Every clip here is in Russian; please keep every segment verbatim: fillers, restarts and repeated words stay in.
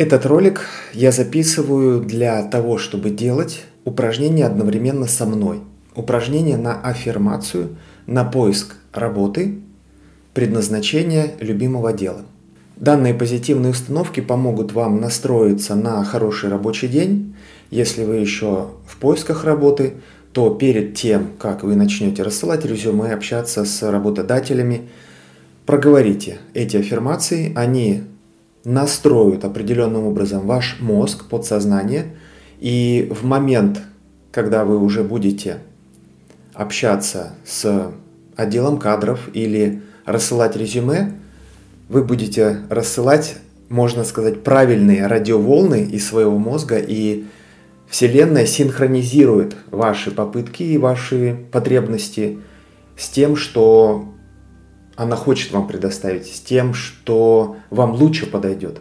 Этот ролик я записываю для того, чтобы делать упражнения одновременно со мной. Упражнения на аффирмацию, на поиск работы, предназначения любимого дела. Данные позитивные установки помогут вам настроиться на хороший рабочий день. Если вы еще в поисках работы, то перед тем, как вы начнете рассылать резюме, общаться с работодателями, проговорите эти аффирмации. Они настроят определенным образом ваш мозг, подсознание, и в момент, когда вы уже будете общаться с отделом кадров или рассылать резюме, вы будете рассылать, можно сказать, правильные радиоволны из своего мозга, и Вселенная синхронизирует ваши попытки и ваши потребности с тем, что она хочет вам предоставить, с тем, что вам лучше подойдет.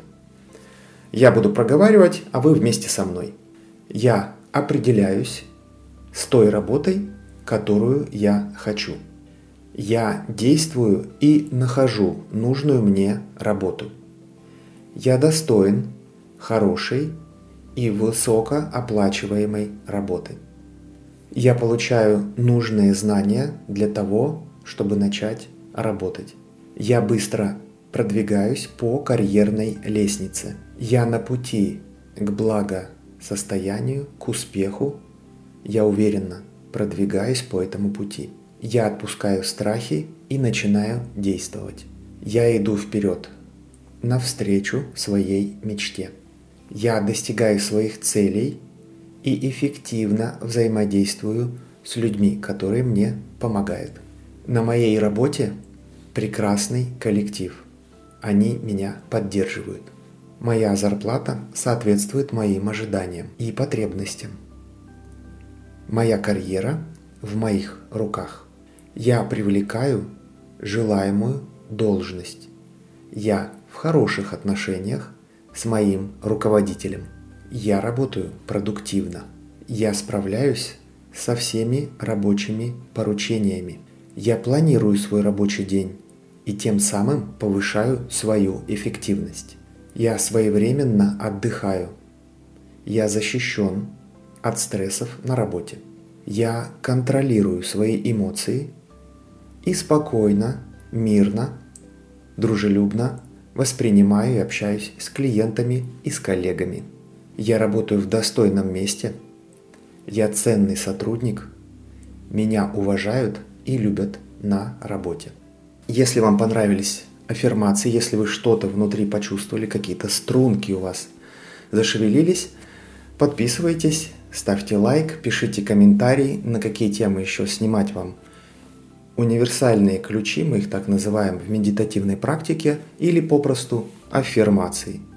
Я буду проговаривать, а вы вместе со мной. Я определяюсь с той работой, которую я хочу. Я действую и нахожу нужную мне работу. Я достоин хорошей и высокооплачиваемой работы. Я получаю нужные знания для того, чтобы начать работать. Я быстро продвигаюсь по карьерной лестнице. Я на пути к благосостоянию, к успеху. Я уверенно продвигаюсь по этому пути. Я отпускаю страхи и начинаю действовать. Я иду вперед, навстречу своей мечте. Я достигаю своих целей и эффективно взаимодействую с людьми, которые мне помогают. На моей работе прекрасный коллектив. Они меня поддерживают. Моя зарплата соответствует моим ожиданиям и потребностям. Моя карьера в моих руках. Я привлекаю желаемую должность. Я в хороших отношениях с моим руководителем. Я работаю продуктивно. Я справляюсь со всеми рабочими поручениями. Я планирую свой рабочий день и тем самым повышаю свою эффективность. Я своевременно отдыхаю. Я защищен от стрессов на работе. Я контролирую свои эмоции и спокойно, мирно, дружелюбно воспринимаю и общаюсь с клиентами и с коллегами. Я работаю в достойном месте. Я ценный сотрудник. Меня уважают и любят на работе. Если вам понравились аффирмации, если вы что-то внутри почувствовали, какие-то струнки у вас зашевелились, подписывайтесь, ставьте лайк, пишите комментарии, на какие темы еще снимать вам универсальные ключи, мы их так называем в медитативной практике, или попросту аффирмации.